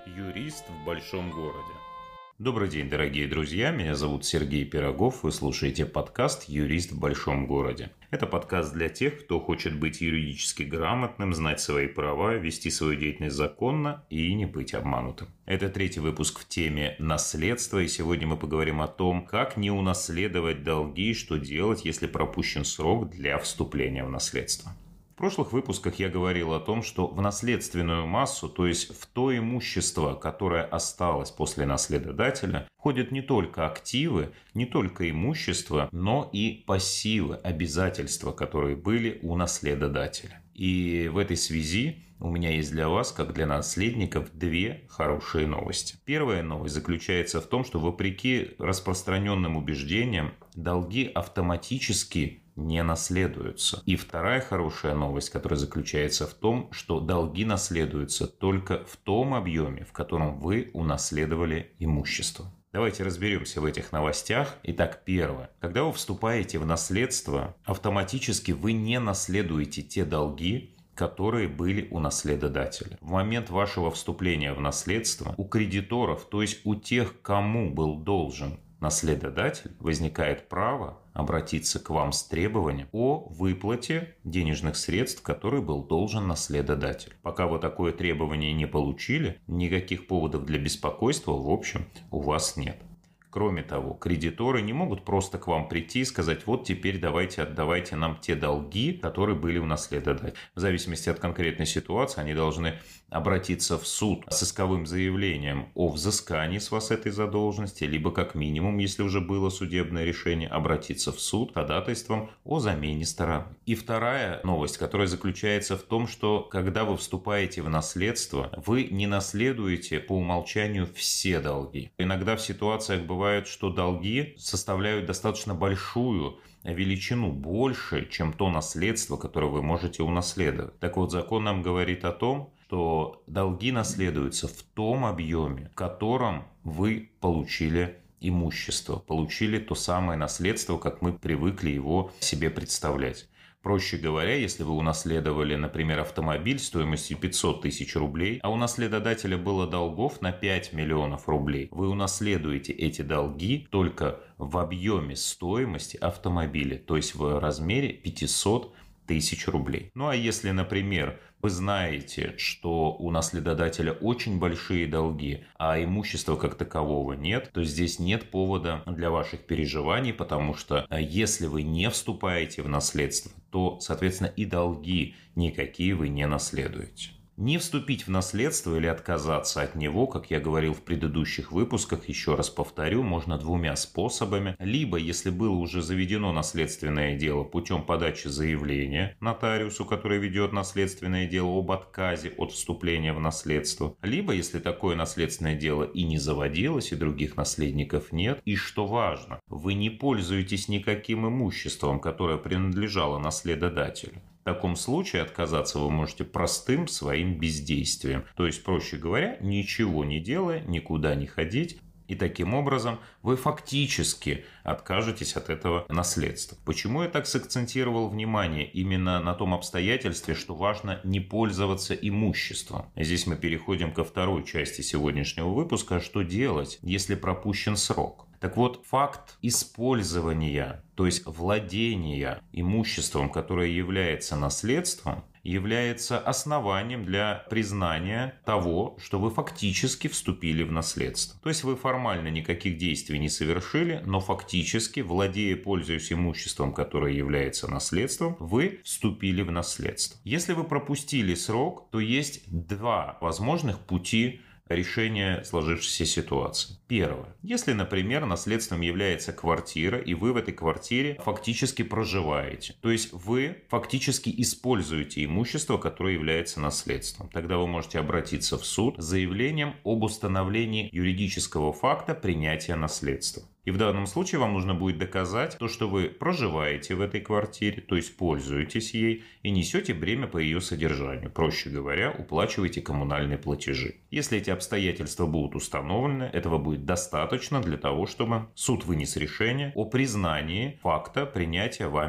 Юрист в большом городе. Добрый день, дорогие друзья, меня зовут Сергей Пирогов, вы слушаете подкаст «Юрист в большом городе». Это подкаст для тех, кто хочет быть юридически грамотным, знать свои права, вести свою деятельность законно и не быть обманутым. Это третий выпуск в теме наследства, и сегодня мы поговорим о том, как не унаследовать долги и что делать, если пропущен срок для вступления в наследство. В прошлых выпусках я говорил о том, что в наследственную массу, то есть в то имущество, которое осталось после наследодателя, входят не только активы, не только имущество, но и пассивы, обязательства, которые были у наследодателя. И в этой связи у меня есть для вас, как для наследников, две хорошие новости. Первая новость заключается в том, что вопреки распространенным убеждениям, долги автоматически не наследуются. И вторая хорошая новость, которая заключается в том, что долги наследуются только в том объеме, в котором вы унаследовали имущество. Давайте разберемся в этих новостях. Итак, первое. Когда вы вступаете в наследство, автоматически вы не наследуете те долги, которые были у наследодателя. В момент вашего вступления в наследство у кредиторов, то есть у тех, кому был должен наследодатель, возникает право обратиться к вам с требованием о выплате денежных средств, которые был должен наследодатель. Пока вы такое требование не получили, никаких поводов для беспокойства, в общем, у вас нет. Кроме того, кредиторы не могут просто к вам прийти и сказать: вот теперь отдавайте нам те долги, которые были у наследодателя. В зависимости от конкретной ситуации они должны обратиться в суд с исковым заявлением о взыскании с вас этой задолженности, либо как минимум, если уже было судебное решение, обратиться в суд с ходатайством о замене стороны. И вторая новость, которая заключается в том, что когда вы вступаете в наследство, вы не наследуете по умолчанию все долги. Иногда в ситуациях бывает, что долги составляют достаточно большую величину, больше, чем то наследство, которое вы можете унаследовать. Так вот, закон нам говорит о том, что долги наследуются в том объеме, в котором вы получили имущество, получили то самое наследство, как мы привыкли его себе представлять. Проще говоря, если вы унаследовали, например, автомобиль стоимостью 500 тысяч рублей, а у наследодателя было долгов на 5 миллионов рублей, вы унаследуете эти долги только в объеме стоимости автомобиля, то есть в размере 500 тысяч рублей. Ну а если, например, вы знаете, что у наследодателя очень большие долги, а имущества как такового нет, то здесь нет повода для ваших переживаний, потому что если вы не вступаете в наследство, то, соответственно, и долги никакие вы не наследуете. Не вступить в наследство или отказаться от него, как я говорил в предыдущих выпусках, еще раз повторю, можно двумя способами. Либо, если было уже заведено наследственное дело, путем подачи заявления нотариусу, который ведет наследственное дело об отказе от вступления в наследство. Либо, если такое наследственное дело и не заводилось, и других наследников нет. И что важно, вы не пользуетесь никаким имуществом, которое принадлежало наследодателю. В таком случае отказаться вы можете простым своим бездействием. То есть, проще говоря, ничего не делая, никуда не ходить. И таким образом вы фактически откажетесь от этого наследства. Почему я так сакцентировал внимание именно на том обстоятельстве, что важно не пользоваться имуществом? Здесь мы переходим ко второй части сегодняшнего выпуска. Что делать, если пропущен срок? Так вот, факт использования, то есть владения имуществом, которое является наследством, является основанием для признания того, что вы фактически вступили в наследство. То есть вы формально никаких действий не совершили, но фактически, владея, пользуясь имуществом, которое является наследством, вы вступили в наследство. Если вы пропустили срок, то есть два возможных пути решения сложившейся ситуации. Первое. Если, например, наследством является квартира, и вы в этой квартире фактически проживаете, то есть вы фактически используете имущество, которое является наследством, тогда вы можете обратиться в суд с заявлением об установлении юридического факта принятия наследства. И в данном случае вам нужно будет доказать то, что вы проживаете в этой квартире, то есть пользуетесь ей и несете бремя по ее содержанию. Проще говоря, уплачиваете коммунальные платежи. Если эти обстоятельства будут установлены, этого будет достаточно для того, чтобы суд вынес решение о признании факта принятия вами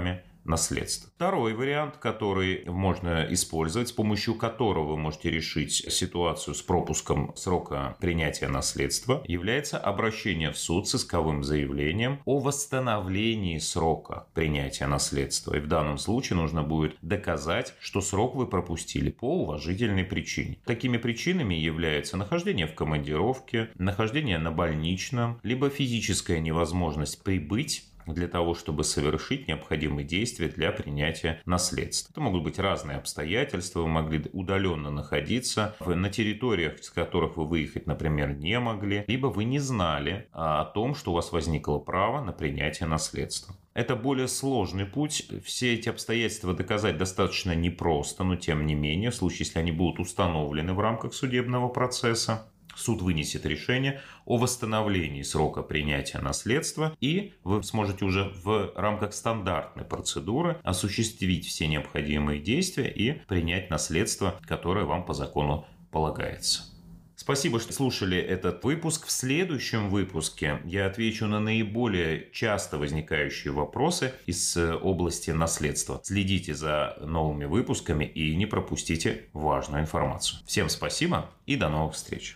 наследства. Второй вариант, который можно использовать, с помощью которого вы можете решить ситуацию с пропуском срока принятия наследства, является обращение в суд с исковым заявлением о восстановлении срока принятия наследства. И в данном случае нужно будет доказать, что срок вы пропустили по уважительной причине. Такими причинами являются нахождение в командировке, нахождение на больничном, либо физическая невозможность прибыть для того, чтобы совершить необходимые действия для принятия наследства. Это могут быть разные обстоятельства. Вы могли удаленно находиться на территориях, с которых вы выехать, например, не могли, либо вы не знали о том, что у вас возникло право на принятие наследства. Это более сложный путь. Все эти обстоятельства доказать достаточно непросто, но тем не менее, в случае, если они будут установлены в рамках судебного процесса, суд вынесет решение о восстановлении срока принятия наследства, и вы сможете уже в рамках стандартной процедуры осуществить все необходимые действия и принять наследство, которое вам по закону полагается. Спасибо, что слушали этот выпуск. В следующем выпуске я отвечу на наиболее часто возникающие вопросы из области наследства. Следите за новыми выпусками и не пропустите важную информацию. Всем спасибо и до новых встреч.